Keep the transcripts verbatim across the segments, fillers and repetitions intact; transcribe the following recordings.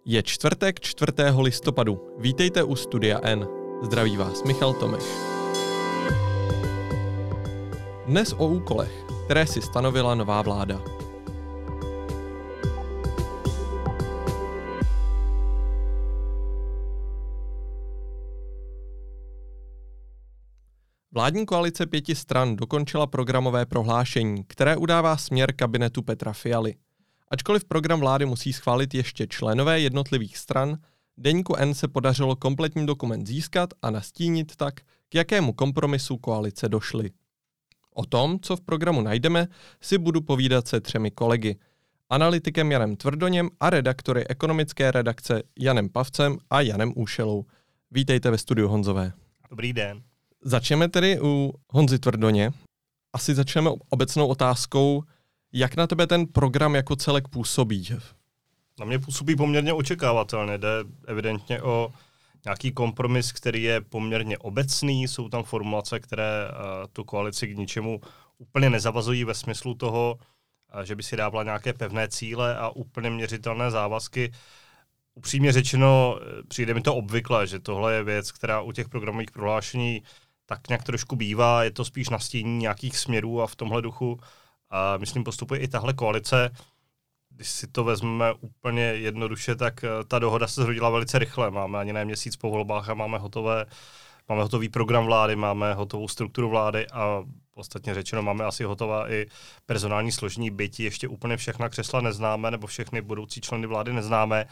Je čtvrtek čtvrtého listopadu. Vítejte u Studia N. Zdraví vás Michal Tomeš. Dnes o úkolech, které si stanovila nová vláda. Vládní koalice pěti stran dokončila programové prohlášení, které udává směr kabinetu Petra Fialy. Ačkoliv program vlády musí schválit ještě členové jednotlivých stran, deníku N se podařilo kompletní dokument získat a nastínit tak, k jakému kompromisu koalice došly. O tom, co v programu najdeme, si budu povídat se třemi kolegy. Analytikem Janem Tvrdoněm a redaktory ekonomické redakce Janem Pavcem a Janem Úšelou. Vítejte ve studiu, Honzové. Dobrý den. Začneme tedy u Honzy Tvrdoně. Asi začneme obecnou otázkou, jak na tebe ten program jako celek působí? Na mě působí poměrně očekávatelně. Jde evidentně o nějaký kompromis, který je poměrně obecný. Jsou tam formulace, které uh, tu koalici k ničemu úplně nezavazují ve smyslu toho, uh, že by si dávala nějaké pevné cíle a úplně měřitelné závazky. Upřímně řečeno, přijde mi to obvykle, že tohle je věc, která u těch programových prohlášení tak nějak trošku bývá. Je to spíš nastínění nějakých směrů a v tomhle duchu a myslím, postupuje i tahle koalice. Když si to vezmeme úplně jednoduše, tak ta dohoda se zrodila velice rychle. Máme ani ne měsíc po volbách a máme hotové, máme hotový program vlády, máme hotovou strukturu vlády a ostatně řečeno máme asi hotová i personální složení, byť ještě úplně všechna křesla neznáme, nebo všechny budoucí členy vlády neznáme.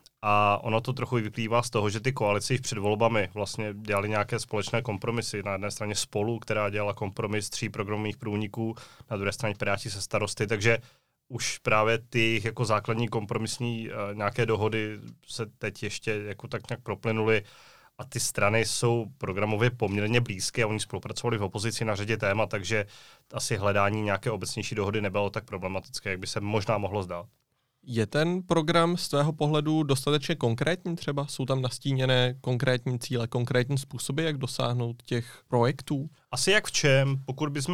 A ono to trochu vyplývá z toho, že ty koalice již před volbami vlastně dělali nějaké společné kompromisy. Na jedné straně Spolu, která dělala kompromis tří programových průniků, na druhé straně Piráti se Starosty, takže už právě ty jako základní kompromisní uh, nějaké dohody se teď ještě jako tak nějak proplynuly a ty strany jsou programově poměrně blízké a oni spolupracovali v opozici na řadě témat, takže asi hledání nějaké obecnější dohody nebylo tak problematické, jak by se možná mohlo zdát. Je ten program z tvého pohledu dostatečně konkrétní třeba? Jsou tam nastíněné konkrétní cíle, konkrétní způsoby, jak dosáhnout těch projektů? Asi jak v čem? Pokud bychom uh,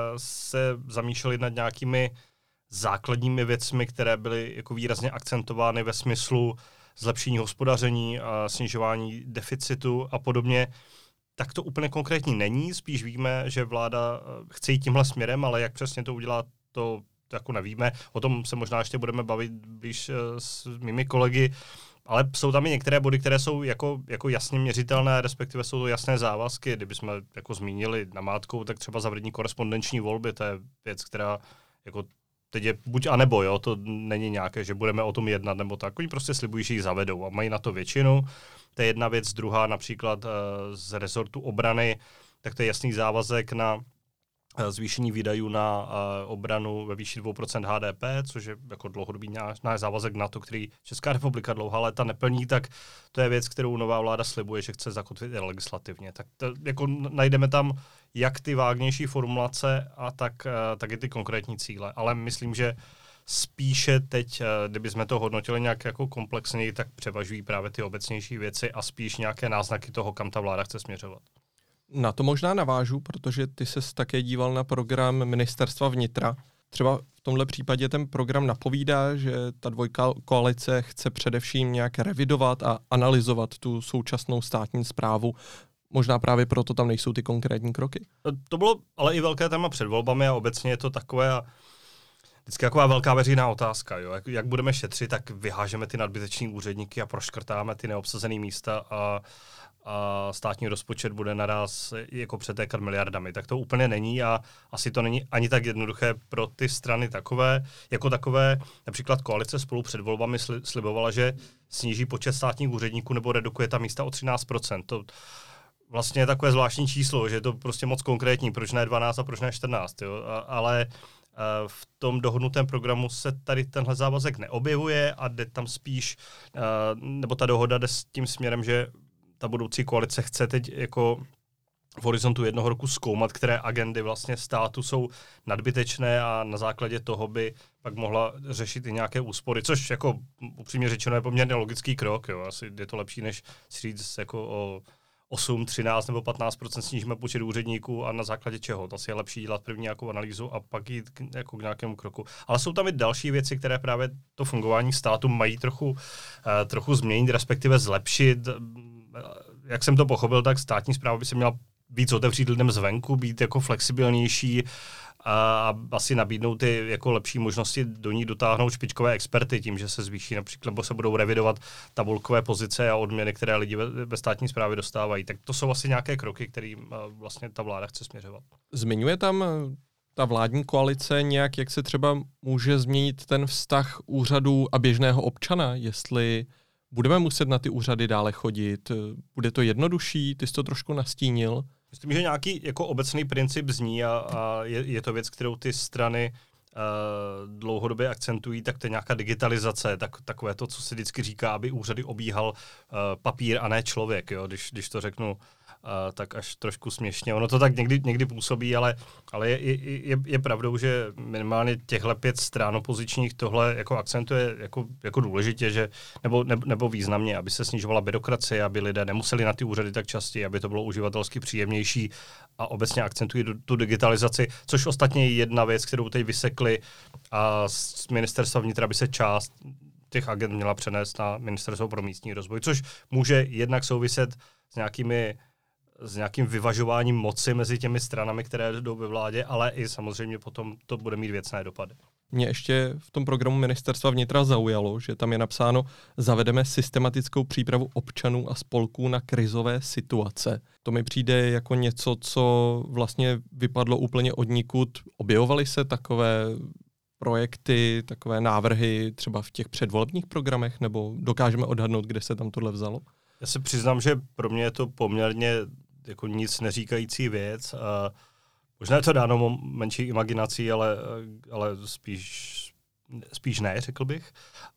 se zamýšleli nad nějakými základními věcmi, které byly jako výrazně akcentovány ve smyslu zlepšení hospodaření, a snižování deficitu a podobně, tak to úplně konkrétní není. Spíš víme, že vláda chce jít tímhle směrem, ale jak přesně to udělá, to jako nevíme. O tom se možná ještě budeme bavit blíž s mými kolegy, ale jsou tam i některé body, které jsou jako, jako jasně měřitelné, respektive jsou to jasné závazky. Kdybychom jako zmínili namátkou, tak třeba zavedení korespondenční volby, to je věc, která jako teď je buď a nebo, jo, to není nějaké, že budeme o tom jednat nebo tak. Oni prostě slibují, že ji zavedou a mají na to většinu. To je jedna věc. Druhá například uh, z rezortu obrany, tak to je jasný závazek na zvýšení výdajů na uh, obranu ve výši dvě procenta H D P, což je jako dlouhodobý náš závazek na to, který Česká republika dlouhá léta neplní, tak to je věc, kterou nová vláda slibuje, že chce zakotvit i legislativně. Tak to, jako najdeme tam jak ty vágnější formulace a tak, uh, tak i ty konkrétní cíle. Ale myslím, že spíše teď, uh, kdybychom to hodnotili nějak jako komplexněji, tak převažují právě ty obecnější věci a spíš nějaké náznaky toho, kam ta vláda chce směřovat. Na to možná navážu, protože ty ses také díval na program Ministerstva vnitra. Třeba v tomhle případě ten program napovídá, že ta dvojka koalice chce především nějak revidovat a analyzovat tu současnou státní správu. Možná právě proto tam nejsou ty konkrétní kroky. To bylo ale i velké téma před volbami a obecně je to takové a vždycky taková velká veřejná otázka. Jo? Jak, jak budeme šetřit, tak vyhážeme ty nadbyteční úředníky a proškrtáme ty neobsazené místa a a státní rozpočet bude naraz jako přetékat miliardami. Tak to úplně není a asi to není ani tak jednoduché pro ty strany takové, jako takové. Například koalice Spolu před volbami slibovala, že sníží počet státních úředníků nebo redukuje ta místa o třináct procent. To vlastně je takové zvláštní číslo, že je to prostě moc konkrétní, proč ne dvanáct a proč ne čtrnáct. Jo? A, ale v tom dohodnutém programu se tady tenhle závazek neobjevuje a jde tam spíš, nebo ta dohoda jde s tím směrem, že ta budoucí koalice chce teď jako v horizontu jednoho roku zkoumat, které agendy vlastně státu jsou nadbytečné a na základě toho by pak mohla řešit i nějaké úspory, což jako upřímně řečeno je poměrně logický krok. Jo. Asi je to lepší, než si říct jako o, osm, třináct nebo patnáct procent snížíme počet úředníků a na základě čeho. To si je lepší dělat první nějakou analýzu a pak jít k, jako k nějakému kroku. Ale jsou tam i další věci, které právě to fungování státu mají trochu, uh, trochu změnit, respektive zlepšit. Jak jsem to pochopil, tak státní správa by se měla víc otevřít lidem zvenku, být jako flexibilnější a asi nabídnout ty jako lepší možnosti do ní dotáhnout špičkové experty tím, že se zvýší například, nebo se budou revidovat tabulkové pozice a odměny, které lidi ve, ve státní správě dostávají. Tak to jsou asi nějaké kroky, kterým vlastně ta vláda chce směřovat. Zmiňuje tam ta vládní koalice nějak, jak se třeba může změnit ten vztah úřadů a běžného občana, jestli budeme muset na ty úřady dále chodit, bude to jednodušší, ty jsi to trošku nastínil. Myslím, že nějaký jako obecný princip zní a, a je, je to věc, kterou ty strany uh, dlouhodobě akcentují, tak to je nějaká digitalizace, tak, takové to, co se vždycky říká, aby úřady obíhal uh, papír a ne člověk, jo? Když, když to řeknu Uh, tak až trošku směšně. Ono to tak někdy, někdy působí, ale, ale je, je, je, je pravdou, že minimálně těchhle pět stran opozičních tohle jako akcentuje jako, jako důležitě, že, nebo, ne, nebo významně, aby se snižovala byrokracie, aby lidé nemuseli na ty úřady tak častěji, aby to bylo uživatelsky příjemnější a obecně akcentují tu digitalizaci, což ostatně je jedna věc, kterou teď vysekli a z ministerstva vnitra by se část těch agent měla přenést na ministerstvo pro místní rozvoj, což může jednak souviset s nějakými s nějakým vyvažováním moci mezi těmi stranami, které jdou ve vládě, ale i samozřejmě potom to bude mít věcné dopady. Mě ještě v tom programu ministerstva vnitra zaujalo, že tam je napsáno, zavedeme systematickou přípravu občanů a spolků na krizové situace. To mi přijde jako něco, co vlastně vypadlo úplně odnikud. Objevovaly se takové projekty, takové návrhy třeba v těch předvolebních programech, nebo dokážeme odhadnout, kde se tam tohle vzalo? Já se přiznám, že pro mě je to poměrně jako nic neříkající věc. A možná je to dáno menší imaginací, ale, ale spíš, spíš ne, řekl bych.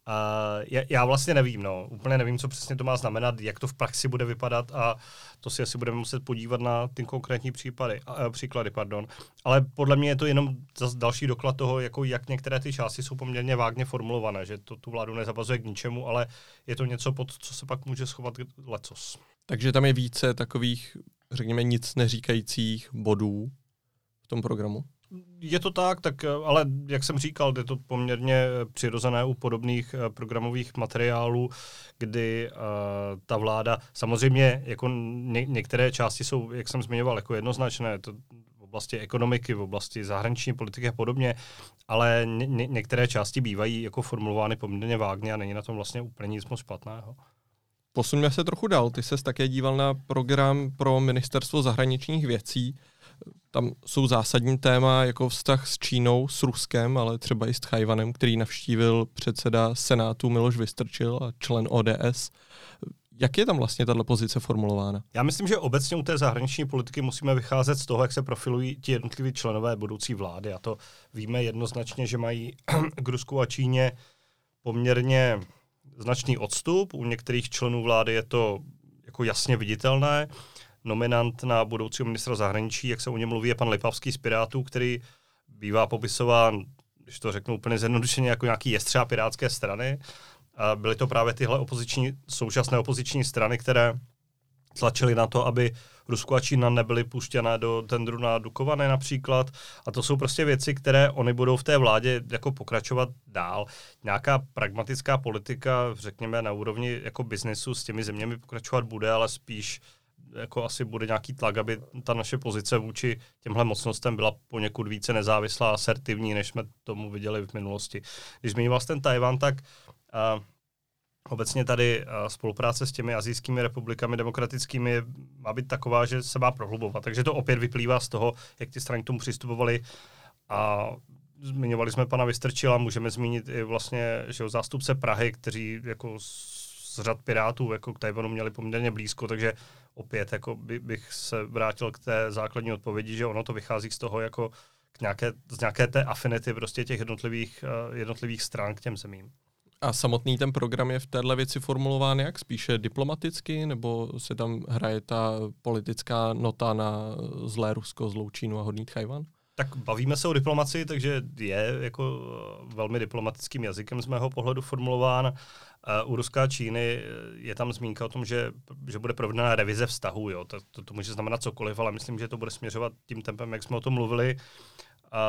A já, já vlastně nevím, no. Úplně nevím, co přesně to má znamenat, jak to v praxi bude vypadat a to si asi budeme muset podívat na ty konkrétní případy, a, příklady. Pardon. Ale podle mě je to jenom další doklad toho, jako jak některé ty části jsou poměrně vágně formulované, že to tu vládu nezavazuje k ničemu, ale je to něco, pod co se pak může schovat lecos. Takže tam je více takových, řekněme, nic neříkajících bodů v tom programu? Je to tak, tak, ale jak jsem říkal, je to poměrně přirozené u podobných programových materiálů, kdy uh, ta vláda, samozřejmě jako ně, některé části jsou, jak jsem zmiňoval, jako jednoznačné, to v oblasti ekonomiky, v oblasti zahraniční politiky a podobně, ale ně, některé části bývají jako formulovány poměrně vágně a není na tom vlastně úplně nic moc špatného. Posuňme se trochu dál. Ty ses také díval na program pro ministerstvo zahraničních věcí. Tam jsou zásadní téma jako vztah s Čínou, s Ruskem, ale třeba i s Tchajwanem, který navštívil předseda Senátu Miloš Vystrčil a člen O D S. Jak je tam vlastně tato pozice formulována? Já myslím, že obecně u té zahraniční politiky musíme vycházet z toho, jak se profilují ti jednotliví členové budoucí vlády. A to víme jednoznačně, že mají k Rusku a Číně poměrně značný odstup. U některých členů vlády je to jako jasně viditelné. Nominant na budoucího ministra zahraničí, jak se o něm mluví, je pan Lipavský z Pirátů, který bývá popisován, když to řeknu úplně zjednodušeně, jako nějaký jestřáb pirátské strany. A byly to právě tyhle opoziční, současné opoziční strany, které tlačily na to, aby Rusko a Čína nebyly puštěné do tendru na Dukovany například. A to jsou prostě věci, které oni budou v té vládě jako pokračovat dál. Nějaká pragmatická politika, řekněme, na úrovni jako biznesu s těmi zeměmi pokračovat bude, ale spíš jako asi bude nějaký tlak, aby ta naše pozice vůči těmhle mocnostem byla poněkud více nezávislá a asertivní, než jsme tomu viděli v minulosti. Když zmiňoval ten Tchajwan, tak uh, obecně tady uh, spolupráce s těmi asijskými republikami demokratickými má být taková, že se má prohlubovat. Takže to opět vyplývá z toho, jak ty strany k tomu přistupovaly. A zmiňovali jsme pana Vystrčila, můžeme zmínit i vlastně že zástupce Prahy, kteří jako z řad Pirátů jako k Tchajwanu měli poměrně blízko, takže opět jako by, bych se vrátil k té základní odpovědi, že ono to vychází z toho jako k nějaké, z nějaké té afinity prostě těch jednotlivých, uh, jednotlivých stran k těm zemím. A samotný ten program je v téhle věci formulován jak? Spíše diplomaticky, nebo se tam hraje ta politická nota na zlé Rusko, zlou Čínu a hodný Tchajwan? Tak bavíme se o diplomacii, takže je jako velmi diplomatickým jazykem z mého pohledu formulován. U Ruska a Číny je tam zmínka o tom, že, že bude provedena revize vztahů. Jo. To, to, to může znamenat cokoliv, ale myslím, že to bude směřovat tím tempem, jak jsme o tom mluvili. A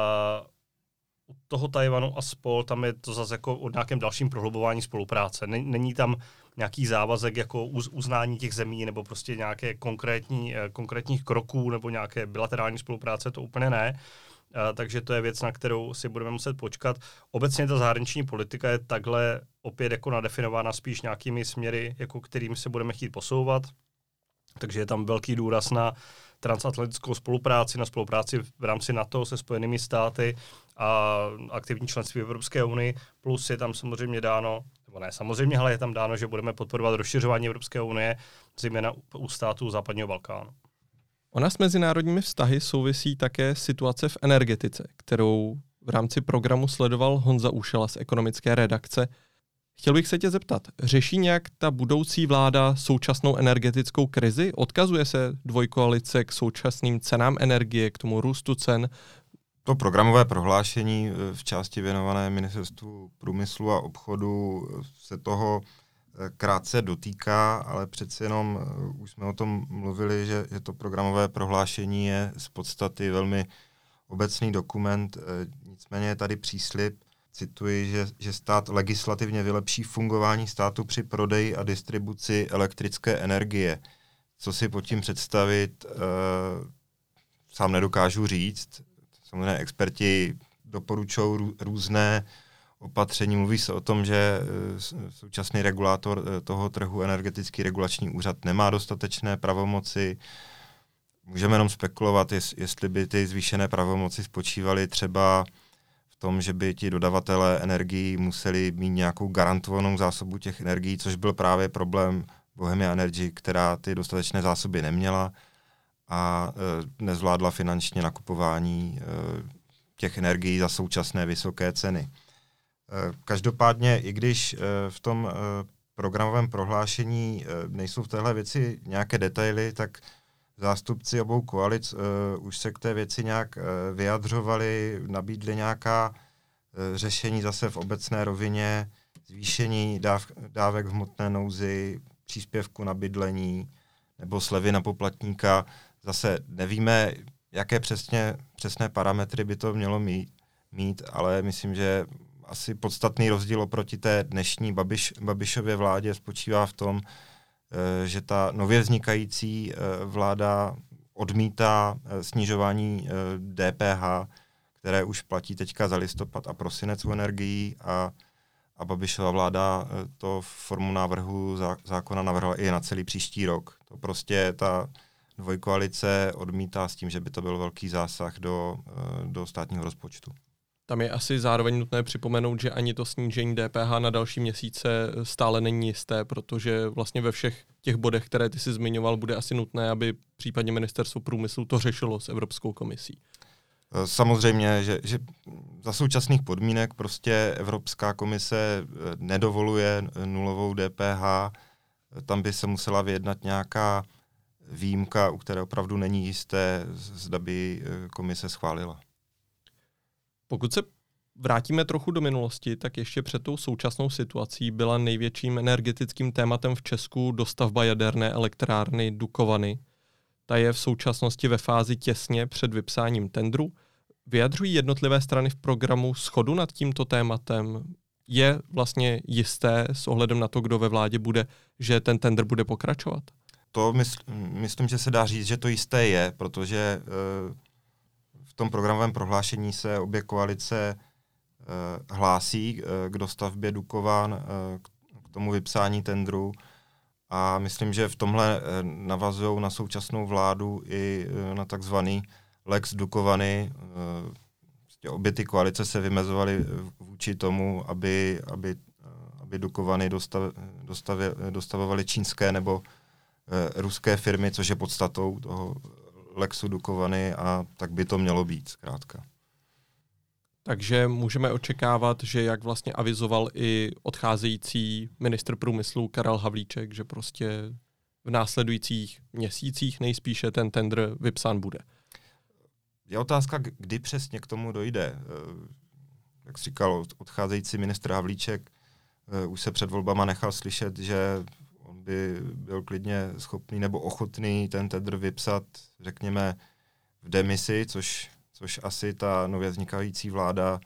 u toho Tajvanu a spol, tam je to zase jako o nějakém dalším prohlubování spolupráce. Není tam nějaký závazek jako uznání těch zemí nebo prostě nějaké konkrétní, konkrétních kroků nebo nějaké bilaterální spolupráce, to úplně ne. Uh, takže to je věc, na kterou si budeme muset počkat. Obecně ta zahraniční politika je takhle opět jako nadefinována spíš nějakými směry, jako kterým se budeme chtít posouvat. Takže je tam velký důraz na transatlantickou spolupráci, na spolupráci v rámci NATO se Spojenými státy a aktivní členství v Evropské unii. Plus je tam samozřejmě dáno, nebo ne samozřejmě, ale je tam dáno, že budeme podporovat rozšiřování Evropské unie, zejména u států západního Balkánu. Ona s mezinárodními vztahy souvisí také situace v energetice, kterou v rámci programu sledoval Honza Úšela z ekonomické redakce. Chtěl bych se tě zeptat, řeší nějak ta budoucí vláda současnou energetickou krizi? Odkazuje se dvojkoalice k současným cenám energie, k tomu růstu cen? To programové prohlášení v části věnované Ministerstvu průmyslu a obchodu se toho krátce dotýká, ale přeci jenom už jsme o tom mluvili, že, že to programové prohlášení je z podstaty velmi obecný dokument, nicméně je tady příslib, cituji, že, že stát legislativně vylepší fungování státu při prodeji a distribuci elektrické energie. Co si pod tím představit, e, sám nedokážu říct. Samozřejmě experti doporučují rů, různé opatření. Mluví se o tom, že současný regulátor toho trhu, Energetický regulační úřad, nemá dostatečné pravomoci. Můžeme jenom spekulovat, jestli by ty zvýšené pravomoci spočívaly třeba v tom, že by ti dodavatelé energií museli mít nějakou garantovanou zásobu těch energií, což byl právě problém Bohemia Energy, která ty dostatečné zásoby neměla a e, nezvládla finančně nakupování e, těch energií za současné vysoké ceny. Každopádně, i když v tom programovém prohlášení nejsou v téhle věci nějaké detaily, tak zástupci obou koalic už se k té věci nějak vyjadřovali, nabídli nějaká řešení zase v obecné rovině, zvýšení dáv, dávek v hmotné nouzi, příspěvku na bydlení nebo slevy na poplatníka. Zase nevíme, jaké přesně, přesné parametry by to mělo mít, mít, ale myslím, že asi podstatný rozdíl oproti té dnešní Babiš, Babišově vládě spočívá v tom, že ta nově vznikající vláda odmítá snižování D P H, které už platí teďka za listopad a prosinec u energií a, a Babišova vláda to formu návrhu zákona navrhla i na celý příští rok. To prostě ta dvojkoalice odmítá s tím, že by to byl velký zásah do, do státního rozpočtu. Tam je asi zároveň nutné připomenout, že ani to snížení D P H na další měsíce stále není jisté, protože vlastně ve všech těch bodech, které ty si zmiňoval, bude asi nutné, aby případně Ministerstvo průmyslu to řešilo s Evropskou komisí. Samozřejmě, že, že za současných podmínek prostě Evropská komise nedovoluje nulovou D P H, tam by se musela vyjednat nějaká výjimka, u které opravdu není jisté, zda by komise schválila. Pokud se vrátíme trochu do minulosti, tak ještě před tou současnou situací byla největším energetickým tématem v Česku dostavba jaderné elektrárny Dukovany. Ta je v současnosti ve fázi těsně před vypsáním tendru. Vyjadřují jednotlivé strany v programu shodu nad tímto tématem? Je vlastně jisté s ohledem na to, kdo ve vládě bude, že ten tendr bude pokračovat? To mysl, myslím, že se dá říct, že to jisté je, protože uh... v tom programovém prohlášení se obě koalice uh, hlásí uh, k dostavbě Dukovan, uh, k tomu vypsání tendru a myslím, že v tomhle uh, navazují na současnou vládu i uh, na takzvaný Lex Dukovany. Uh, obě ty koalice se vymezovaly vůči tomu, aby, aby, uh, aby Dukovany dostav, dostavě, dostavovaly čínské nebo uh, ruské firmy, což je podstatou toho Lexu Dukovany a tak by to mělo být zkrátka. Takže můžeme očekávat, že jak vlastně avizoval i odcházející ministr průmyslu Karel Havlíček, že prostě v následujících měsících nejspíše ten tendr vypsán bude. Je otázka, kdy přesně k tomu dojde. Jak jsi říkal, odcházející ministr Havlíček už se před volbama nechal slyšet, že on by byl klidně schopný nebo ochotný ten tendr vypsat, řekněme, v demisi, což, což asi ta nově vznikající vláda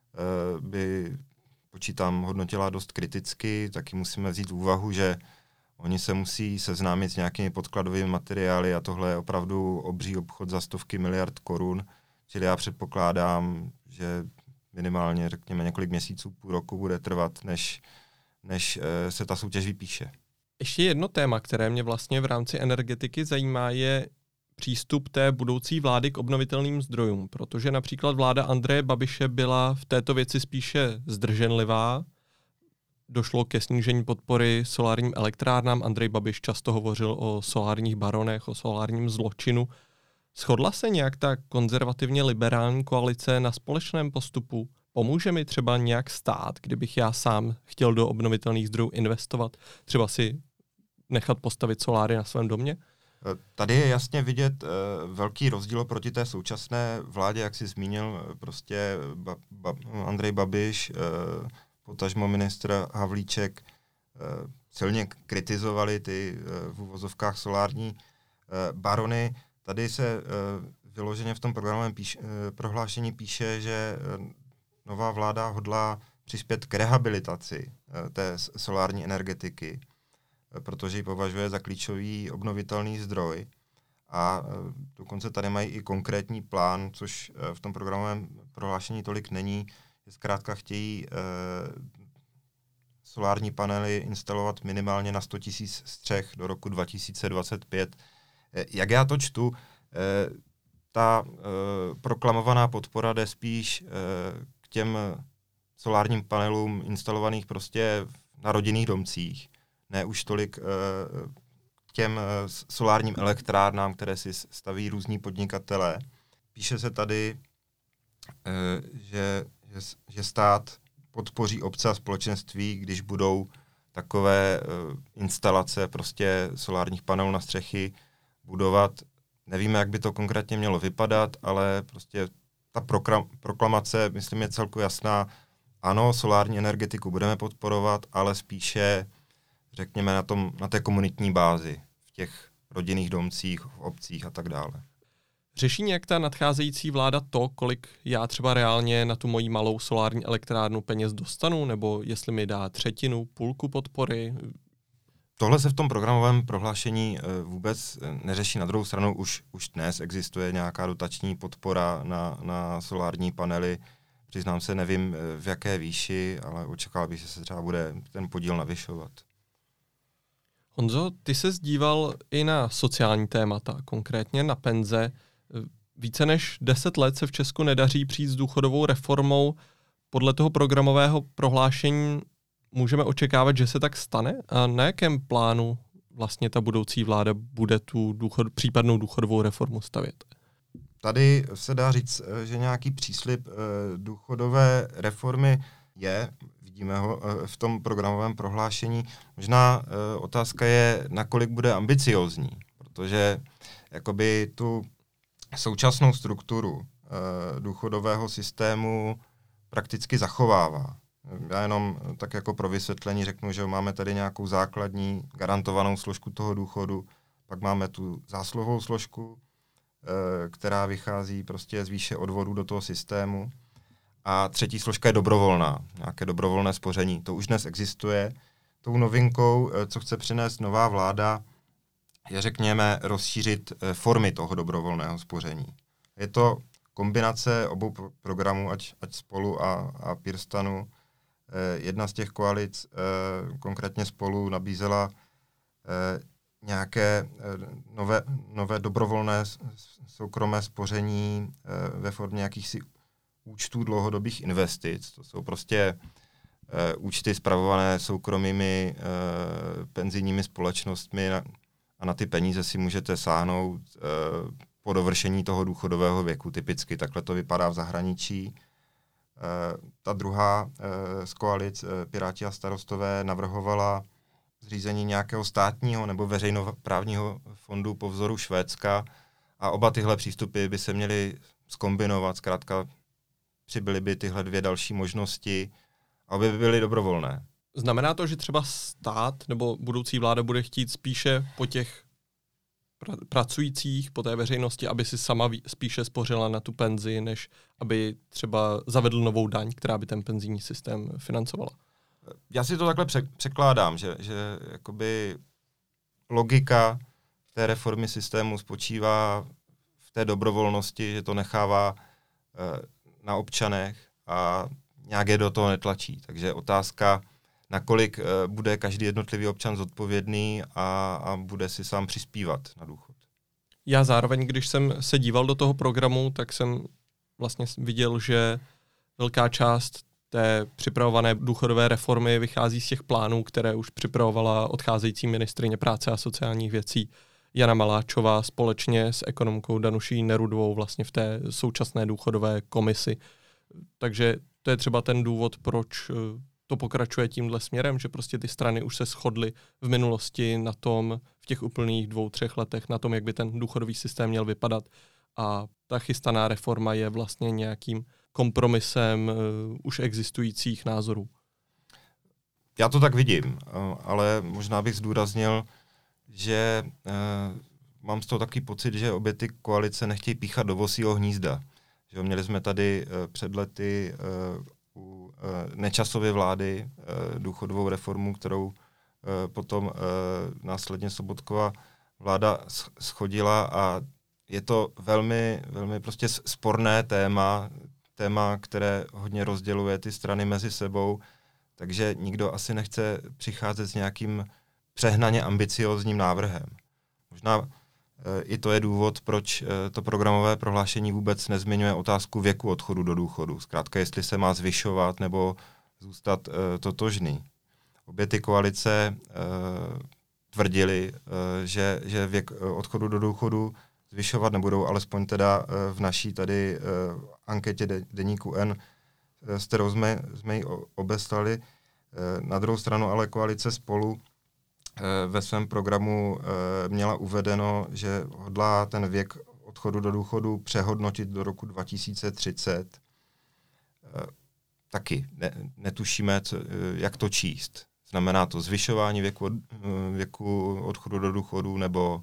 by, počítám, hodnotila dost kriticky. Taky musíme vzít v úvahu, že oni se musí seznámit s nějakými podkladovými materiály a tohle je opravdu obří obchod za stovky miliard korun. Čili já předpokládám, že minimálně, řekněme, několik měsíců, půl roku bude trvat, než, než se ta soutěž vypíše. Ještě jedno téma, které mě vlastně v rámci energetiky zajímá, je přístup té budoucí vlády k obnovitelným zdrojům, protože například vláda Andreje Babiše byla v této věci spíše zdrženlivá. Došlo ke snížení podpory solárním elektrárnám. Andrej Babiš často hovořil o solárních baronech, o solárním zločinu. Shodla se nějak ta konzervativně liberální koalice na společném postupu? Pomůže mi třeba nějak stát, kdybych já sám chtěl do obnovitelných zdrojů investovat, třeba si nechat postavit soláry na svém domě? Tady je jasně vidět uh, velký rozdíl proti té současné vládě, jak jsi zmínil, prostě ba, ba, Andrej Babiš, uh, potažmo ministr Havlíček uh, silně kritizovali ty uh, v uvozovkách solární uh, barony. Tady se uh, vyloženě v tom programovém píš, uh, prohlášení píše, že uh, nová vláda hodlá přispět k rehabilitaci uh, té solární energetiky, protože ji považuje za klíčový obnovitelný zdroj. A dokonce tady mají i konkrétní plán, což v tom programovém prohlášení tolik není. Zkrátka chtějí eh, solární panely instalovat minimálně na sto tisíc střech do roku dva tisíce dvacet pět. Eh, jak já to čtu, eh, ta eh, proklamovaná podpora jde spíš eh, k těm solárním panelům instalovaných prostě na rodinných domcích, ne už tolik uh, těm uh, solárním elektrárnám, které si staví různí podnikatelé. Píše se tady, uh, že, že, že stát podpoří obce a společenství, když budou takové uh, instalace prostě solárních panelů na střechy budovat. Nevíme, jak by to konkrétně mělo vypadat, ale prostě ta prokram, proklamace, myslím, je celku jasná. Ano, solární energetiku budeme podporovat, ale spíše řekněme na, tom, na té komunitní bázi, v těch rodinných domcích, v obcích a tak dále. Řeší nějak ta nadcházející vláda to, kolik já třeba reálně na tu moji malou solární elektrárnu peněz dostanu, nebo jestli mi dá třetinu, půlku podpory? Tohle se v tom programovém prohlášení vůbec neřeší. Na druhou stranu už, už dnes existuje nějaká dotační podpora na, na solární panely. Přiznám se, nevím v jaké výši, ale očekával bych, že se třeba bude ten podíl navyšovat. Honzo, ty se zdíval i na sociální témata, konkrétně na penze. Více než deset let se v Česku nedaří přijít s důchodovou reformou. Podle toho programového prohlášení můžeme očekávat, že se tak stane? A na jakém plánu vlastně ta budoucí vláda bude tu důchod, případnou důchodovou reformu stavět? Tady se dá říct, že nějaký příslib důchodové reformy je. Vidíme ho v tom programovém prohlášení. Možná uh, otázka je, nakolik bude ambiciózní, protože jakoby tu současnou strukturu uh, důchodového systému prakticky zachovává. Já jenom tak jako pro vysvětlení řeknu, že máme tady nějakou základní garantovanou složku toho důchodu, pak máme tu zásluhovou složku, uh, která vychází prostě z výše odvodů do toho systému. A třetí složka je dobrovolná, nějaké dobrovolné spoření. To už dnes existuje. Tou novinkou, co chce přinést nová vláda, je, řekněme, rozšířit formy toho dobrovolného spoření. Je to kombinace obou programů, ať, ať Spolu a, a PirSTANu. Jedna z těch koalic, konkrétně Spolu, nabízela nějaké nové, nové dobrovolné soukromé spoření ve formě jakýchsi účtů dlouhodobých investic. To jsou prostě uh, účty spravované soukromými uh, penzijními společnostmi na, a na ty peníze si můžete sáhnout uh, po dovršení toho důchodového věku. Typicky takhle to vypadá v zahraničí. Uh, ta druhá uh, z koalic, uh, Piráti a Starostové, navrhovala zřízení nějakého státního nebo veřejnoprávního fondu po vzoru Švédska a oba tyhle přístupy by se měly zkombinovat, zkrátka přibyly by tyhle dvě další možnosti, aby by byly dobrovolné. Znamená to, že třeba stát nebo budoucí vláda bude chtít spíše po těch pra- pracujících, po té veřejnosti, aby si sama ví- spíše spořila na tu penzi, než aby třeba zavedl novou daň, která by ten penzijní systém financovala? Já si to takhle překládám, že, že jakoby logika té reformy systému spočívá v té dobrovolnosti, že to nechává eh, na občanech a nějak je do toho netlačí. Takže otázka, nakolik eh, bude každý jednotlivý občan zodpovědný a, a bude si sám přispívat na důchod. Já zároveň, když jsem se díval do toho programu, tak jsem vlastně viděl, že velká část té připravované důchodové reformy vychází z těch plánů, které už připravovala odcházející ministryně práce a sociálních věcí Jana Maláčová společně s ekonomkou Danuší Nerudovou vlastně v té současné důchodové komisi. Takže to je třeba ten důvod, proč to pokračuje tímhle směrem, že prostě ty strany už se shodly v minulosti na tom, v těch úplných dvou, třech letech, na tom, jak by ten důchodový systém měl vypadat. A ta chystaná reforma je vlastně nějakým kompromisem uh, už existujících názorů. Já to tak vidím, ale možná bych zdůraznil, že uh, mám z toho takový pocit, že obě ty koalice nechtějí píchat do vosího hnízda. Že měli jsme tady uh, před lety uh, u uh, Nečasovy vlády uh, důchodovou reformu, kterou uh, potom uh, následně Sobotkova vláda schodila a je to velmi, velmi prostě sporné téma, téma, které hodně rozděluje ty strany mezi sebou, takže nikdo asi nechce přicházet s nějakým přehnaně ambiciózním návrhem. Možná e, i to je důvod, proč e, to programové prohlášení vůbec nezmiňuje otázku věku odchodu do důchodu. Zkrátka, jestli se má zvyšovat nebo zůstat e, totožný. Obě ty koalice e, tvrdili, e, že, že věk odchodu do důchodu zvyšovat nebudou, alespoň teda v naší tady uh, anketě de, deníku N, s kterou jsme, jsme ji obeslali. Uh, na druhou stranu ale koalice Spolu uh, ve svém programu uh, měla uvedeno, že hodlá ten věk odchodu do důchodu přehodnotit do roku dva tisíce třicet. Uh, taky ne, netušíme, co, uh, jak to číst. Znamená to zvyšování věku, od, uh, věku odchodu do důchodu nebo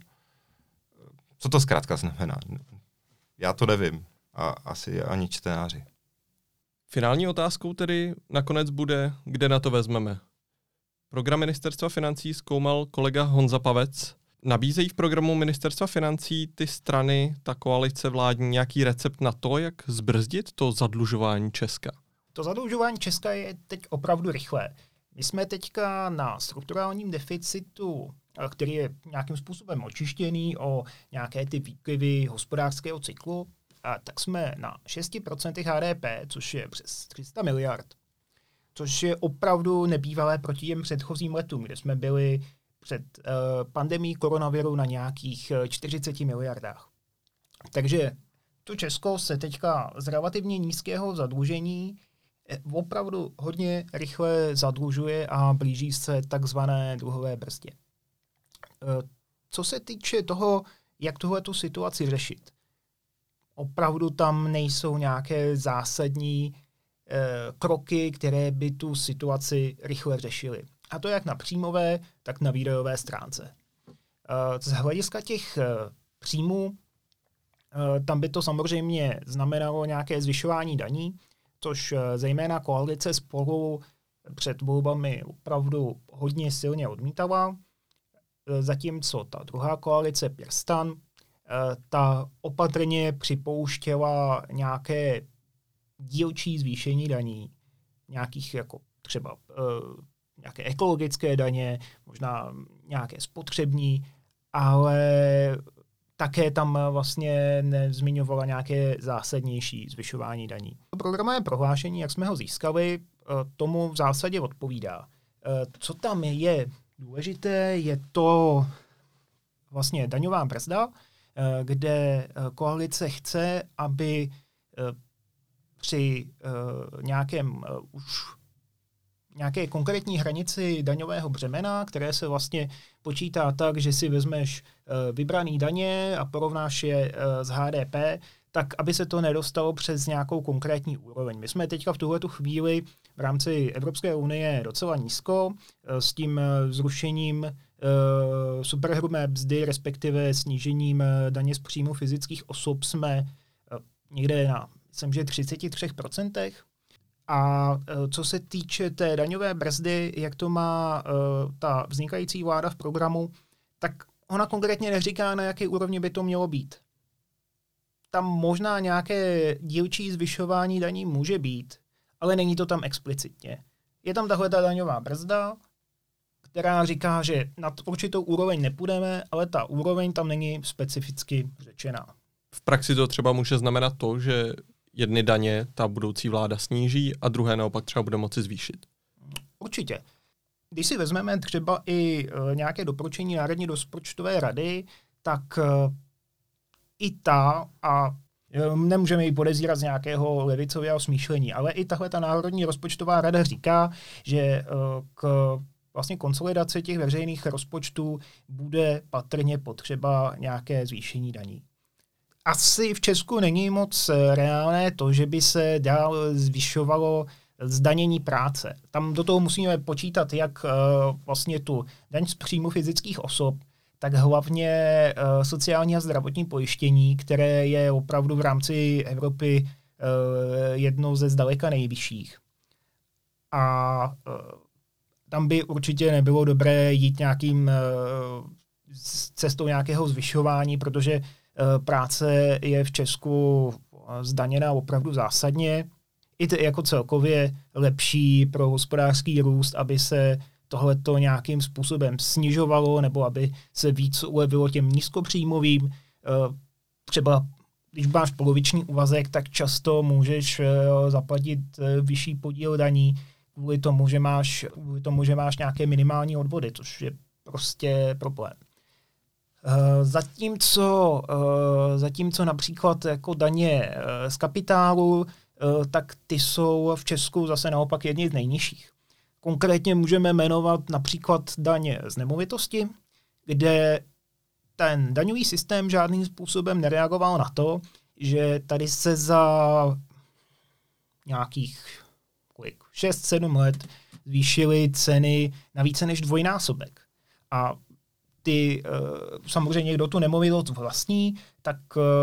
co to zkrátka znamená? Já to nevím. A asi ani čtenáři. Finální otázkou tedy nakonec bude, kde na to vezmeme. Program Ministerstva financí zkoumal kolega Honza Pavec. Nabízejí v programu Ministerstva financí ty strany, ta koalice vládní, nějaký recept na to, jak zbrzdit to zadlužování Česka? To zadlužování Česka je teď opravdu rychlé. My jsme teďka na strukturálním deficitu, který je nějakým způsobem očištěný o nějaké ty výkyvy hospodářského cyklu, a tak jsme na šest procent H D P, což je přes tři sta miliard. Což je opravdu nebývalé proti těm předchozím letům, kde jsme byli před uh, pandemií koronaviru na nějakých čtyřicet miliardách. Takže to Česko se teďka z relativně nízkého zadlužení opravdu hodně rychle zadlužuje a blíží se takzvané dluhové brzdě. Co se týče toho, jak tuhletu situaci řešit, opravdu tam nejsou nějaké zásadní eh, kroky, které by tu situaci rychle řešily. A to jak na příjmové, tak na výdajové stránce. Eh, z hlediska těch eh, příjmů, eh, tam by to samozřejmě znamenalo nějaké zvyšování daní, což eh, zejména koalice Spolu před volbami opravdu hodně silně odmítala. Zatímco ta druhá koalice PirSTAN, ta opatrně připouštěla nějaké dílčí zvýšení daní, nějakých jako třeba uh, nějaké ekologické daně, možná nějaké spotřební, ale také tam vlastně nezmiňovala nějaké zásadnější zvyšování daní. Programové prohlášení, jak jsme ho získali, tomu v zásadě odpovídá. Co tam je důležité, je to vlastně daňová brzda, kde koalice chce, aby při nějakém už nějaké konkrétní hranici daňového břemena, které se vlastně počítá tak, že si vezmeš vybraný daně a porovnáš je z H D P, tak aby se to nedostalo přes nějakou konkrétní úroveň. My jsme teďka v tuhletu chvíli v rámci Evropské unie docela nízko s tím zrušením uh, superhrubé mzdy, respektive snížením daně z příjmu fyzických osob jsme uh, někde na, myslím, že třicet tři procent. A uh, co se týče té daňové brzdy, jak to má uh, ta vznikající vláda v programu, tak ona konkrétně neříká, na jaké úrovni by to mělo být. Tam možná nějaké dílčí zvyšování daní může být, ale není to tam explicitně. Je tam tahle ta daňová brzda, která říká, že nad určitou úroveň nepůjdeme, ale ta úroveň tam není specificky řečená. V praxi to třeba může znamenat to, že jedny daně ta budoucí vláda sníží a druhé naopak třeba bude moci zvýšit. Určitě. Když si vezmeme třeba i e, nějaké doporučení Národní rozpočtové rady, tak e, i ta, a e, nemůžeme ji podezírat z nějakého levicového smýšlení, ale i tahle ta Národní rozpočtová rada říká, že e, k vlastně konsolidaci těch veřejných rozpočtů bude patrně potřeba nějaké zvýšení daní. Asi v Česku není moc reálné to, že by se dál zvyšovalo zdanění práce. Tam do toho musíme počítat jak uh, vlastně tu daň z příjmu fyzických osob, tak hlavně uh, sociální a zdravotní pojištění, které je opravdu v rámci Evropy uh, jedno ze zdaleka nejvyšších. A uh, tam by určitě nebylo dobré jít nějakým uh, cestou nějakého zvyšování, protože uh, práce je v Česku zdaněna opravdu zásadně. I to jako celkově lepší pro hospodářský růst, aby se tohleto nějakým způsobem snižovalo, nebo aby se víc ulevilo těm nízkopříjmovým. Třeba když máš poloviční úvazek, tak často můžeš zaplatit vyšší podíl daní kvůli tomu, že máš, kvůli tomu, že máš nějaké minimální odvody, což je prostě problém. Zatímco, zatímco například jako daně z kapitálu, tak ty jsou v Česku zase naopak jedni z nejnižších. Konkrétně můžeme jmenovat například daně z nemovitosti, kde ten daňový systém žádným způsobem nereagoval na to, že tady se za nějakých kolik, šest sedm let zvýšily ceny na více než dvojnásobek. A ty, samozřejmě kdo tu nemovitost vlastní, tak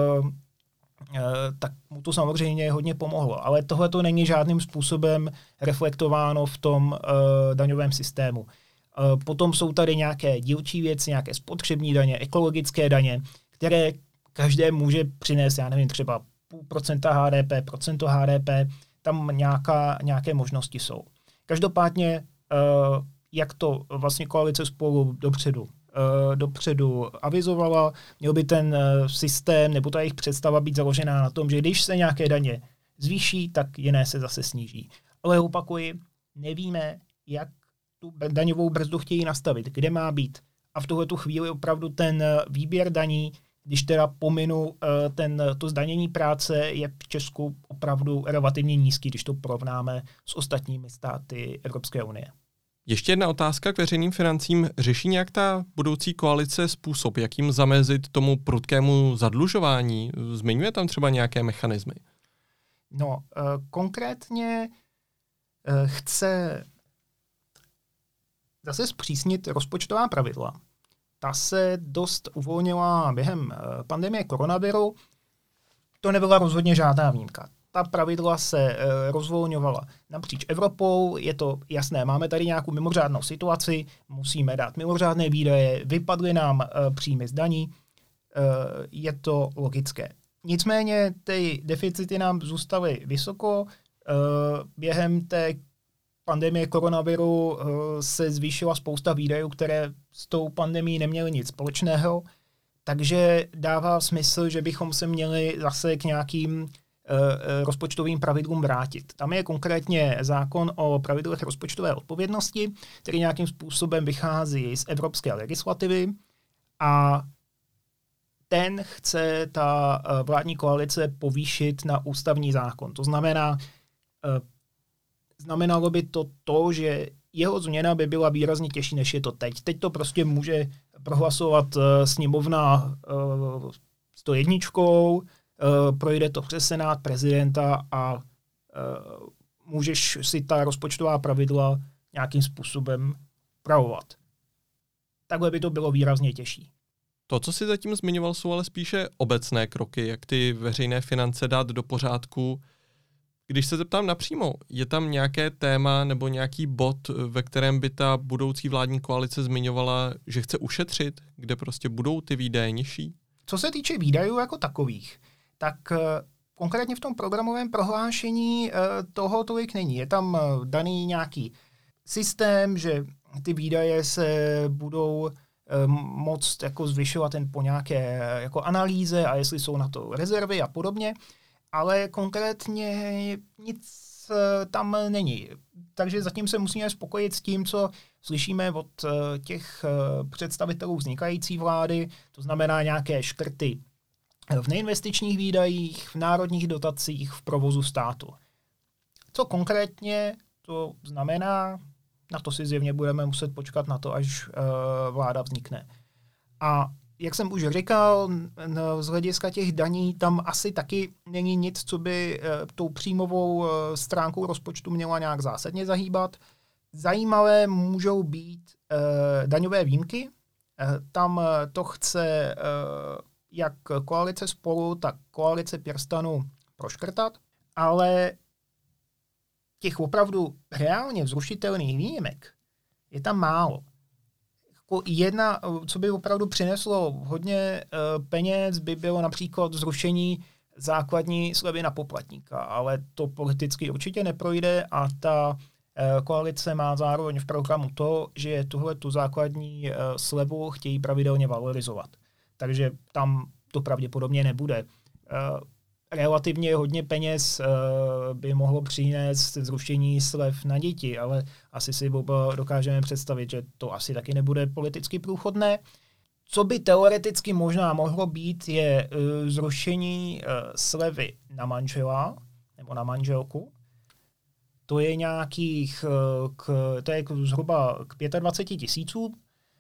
tak mu to samozřejmě hodně pomohlo. Ale tohle to není žádným způsobem reflektováno v tom uh, daňovém systému. Uh, potom jsou tady nějaké dílčí věci, nějaké spotřební daně, ekologické daně, které každé může přinést, já nevím, třeba půl procenta H D P, procento H D P, tam nějaká, nějaké možnosti jsou. Každopádně, uh, jak to vlastně koalice Spolu dopředu dopředu avizovala, měl by ten systém nebo ta jejich představa být založená na tom, že když se nějaké daně zvýší, tak jiné se zase sníží. Ale opakuji, nevíme, jak tu daňovou brzdu chtějí nastavit, kde má být. A v tuhletu chvíli opravdu ten výběr daní, když teda pominu ten, to zdanění práce, je v Česku opravdu relativně nízký, když to porovnáme s ostatními státy Evropské unie. Ještě jedna otázka k veřejným financím. Řeší nějak ta budoucí koalice způsob, jakým zamezit tomu prudkému zadlužování? Zmiňuje tam třeba nějaké mechanismy? No, konkrétně chce zase zpřísnit rozpočtová pravidla. Ta se dost uvolnila během pandemie koronaviru. To nebyla rozhodně žádná výjimka. Ta pravidla se e, rozvolňovala napříč Evropou, je to jasné, máme tady nějakou mimořádnou situaci, musíme dát mimořádné výdaje, vypadly nám e, příjmy z daní, e, je to logické. Nicméně ty deficity nám zůstaly vysoko, e, během té pandemie koronaviru e, se zvýšila spousta výdajů, které s tou pandemií neměly nic společného, takže dává smysl, že bychom se měli zase k nějakým rozpočtovým pravidlům vrátit. Tam je konkrétně zákon o pravidlech rozpočtové odpovědnosti, který nějakým způsobem vychází z evropské legislativy a ten chce ta vládní koalice povýšit na ústavní zákon. To znamená, znamenalo by to to, že jeho změna by byla výrazně těžší, než je to teď. Teď to prostě může prohlasovat sněmovna sto jedna uh, projde to přes Senát, prezidenta a uh, můžeš si ta rozpočtová pravidla nějakým způsobem upravovat. Takhle by to bylo výrazně těžší. To, co si zatím zmiňoval, jsou ale spíše obecné kroky, jak ty veřejné finance dát do pořádku. Když se zeptám napřímo, je tam nějaké téma nebo nějaký bod, ve kterém by ta budoucí vládní koalice zmiňovala, že chce ušetřit, kde prostě budou ty výdaje nižší? Co se týče výdajů jako takových, tak konkrétně v tom programovém prohlášení toho tolik není. Je tam daný nějaký systém, že ty výdaje se budou moct jako zvyšovat jen po nějaké jako analýze a jestli jsou na to rezervy a podobně, ale konkrétně nic tam není. Takže zatím se musíme spokojit s tím, co slyšíme od těch představitelů vznikající vlády, to znamená nějaké škrty v neinvestičních výdajích, v národních dotacích, v provozu státu. Co konkrétně to znamená, na to si zjevně budeme muset počkat na to, až uh, vláda vznikne. A jak jsem už říkal, z hlediska těch daní tam asi taky není nic, co by uh, tou příjmovou uh, stránkou rozpočtu měla nějak zásadně zahýbat. Zajímavé můžou být uh, daňové výjimky. Uh, tam uh, to chce uh, jak koalice Spolu, tak koalice PirSTANu proškrtat, ale těch opravdu reálně vzrušitelných výjimek je tam málo. Jako jedna, co by opravdu přineslo hodně uh, peněz, by bylo například zrušení základní slevy na poplatníka, ale to politicky určitě neprojde a ta uh, koalice má zároveň v programu to, že tuhle tu základní uh, slevu chtějí pravidelně valorizovat. Takže tam to pravděpodobně nebude. Uh, Relativně hodně peněz uh, by mohlo přinést zrušení slev na děti, ale asi si oba dokážeme představit, že to asi taky nebude politicky průchodné. Co by teoreticky možná mohlo být, je uh, zrušení uh, slevy na manžela nebo na manželku. To je nějakých, uh, k, to je zhruba k dvacet pět tisícům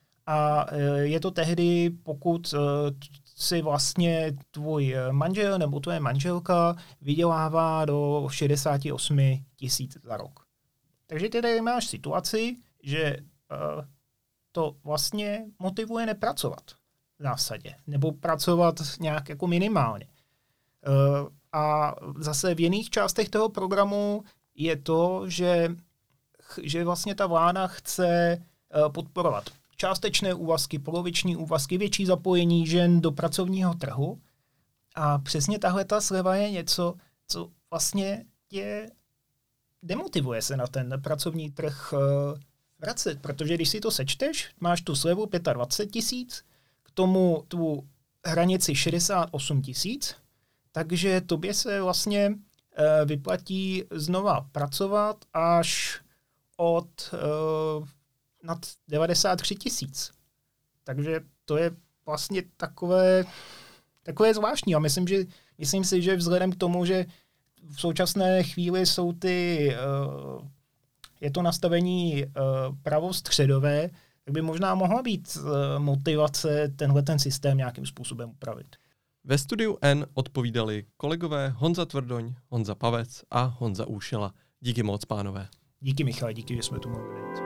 a uh, je to tehdy, pokud uh, si vlastně tvůj manžel nebo tvoje manželka vydělává do šedesát osm tisíc za rok. Takže ty tady máš situaci, že uh, to vlastně motivuje nepracovat v zásadě, nebo pracovat nějak jako minimálně. Uh, a zase v jiných částech toho programu je to, že, že vlastně ta vláda chce uh, podporovat částečné úvazky, poloviční úvazky, větší zapojení žen do pracovního trhu. A přesně tahle ta sleva je něco, co vlastně tě demotivuje se na ten pracovní trh uh, vracet. Protože když si to sečteš, máš tu slevu dvacet pět tisíc, k tomu tu hranici šedesát osm tisíc, takže tobě se vlastně uh, vyplatí znova pracovat až od uh, nad devadesát tři tisíc. Takže to je vlastně takové, takové zvláštní. A myslím, že, myslím si, že vzhledem k tomu, že v současné chvíli jsou ty, uh, je to nastavení uh, pravostředové, tak by možná mohla být uh, motivace tenhle ten systém nějakým způsobem upravit. Ve studiu N odpovídali kolegové Honza Tvrdoň, Honza Pavec a Honza Úšila. Díky moc, pánové. Díky, Michale, díky, že jsme tu mohli být.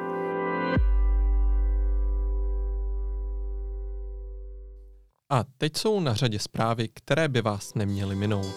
A teď jsou na řadě zprávy, které by vás neměly minout.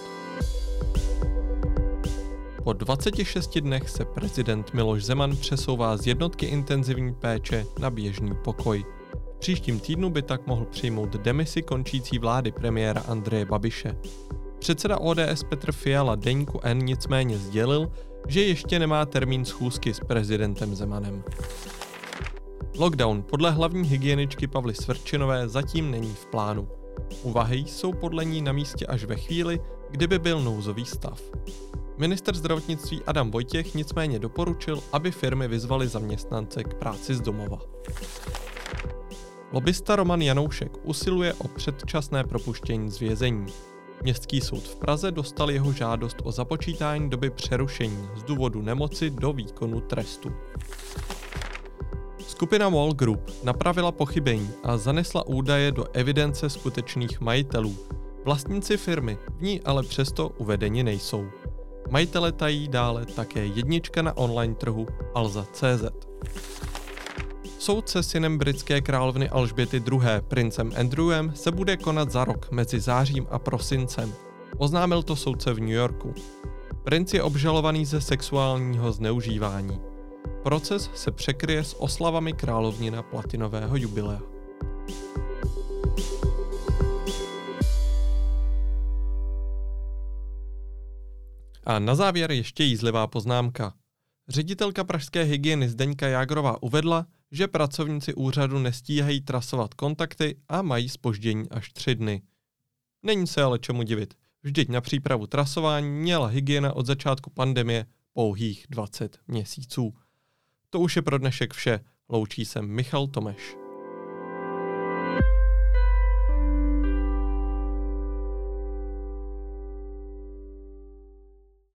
Po dvaceti šesti dnech se prezident Miloš Zeman přesouvá z jednotky intenzivní péče na běžný pokoj. V příštím týdnu by tak mohl přijmout demisi končící vlády premiéra Andreje Babiše. Předseda O D S Petr Fiala deníku N nicméně sdělil, že ještě nemá termín schůzky s prezidentem Zemanem. Lockdown podle hlavní hygieničky Pavly Svrčinové zatím není v plánu. Úvahy jsou podle ní na místě až ve chvíli, kdyby byl nouzový stav. Ministr zdravotnictví Adam Vojtěch nicméně doporučil, aby firmy vyzvaly zaměstnance k práci z domova. Lobista Roman Janoušek usiluje o předčasné propuštění z vězení. Městský soud v Praze dostal jeho žádost o započítání doby přerušení z důvodu nemoci do výkonu trestu. Skupina MOL Group napravila pochybení a zanesla údaje do evidence skutečných majitelů. Vlastníci firmy v ní ale přesto uvedeni nejsou. Majitele tají dále také jednička na online trhu Alza tečka cé zet. Soud se synem britské královny Alžběty druhé. princem Andrewem se bude konat za rok mezi zářím a prosincem. Oznámil to soudce v New Yorku. Princ je obžalovaný ze sexuálního zneužívání. Proces se překryje s oslavami královnina platinového jubilea. A na závěr ještě jízlivá poznámka. Ředitelka pražské hygieny Zdeňka Jágrová uvedla, že pracovníci úřadu nestíhají trasovat kontakty a mají zpoždění až tři dny. Není se ale čemu divit. Vždyť na přípravu trasování měla hygiena od začátku pandemie pouhých dvacet měsíců. To už je pro dnešek vše. Loučí se Michal Tomeš.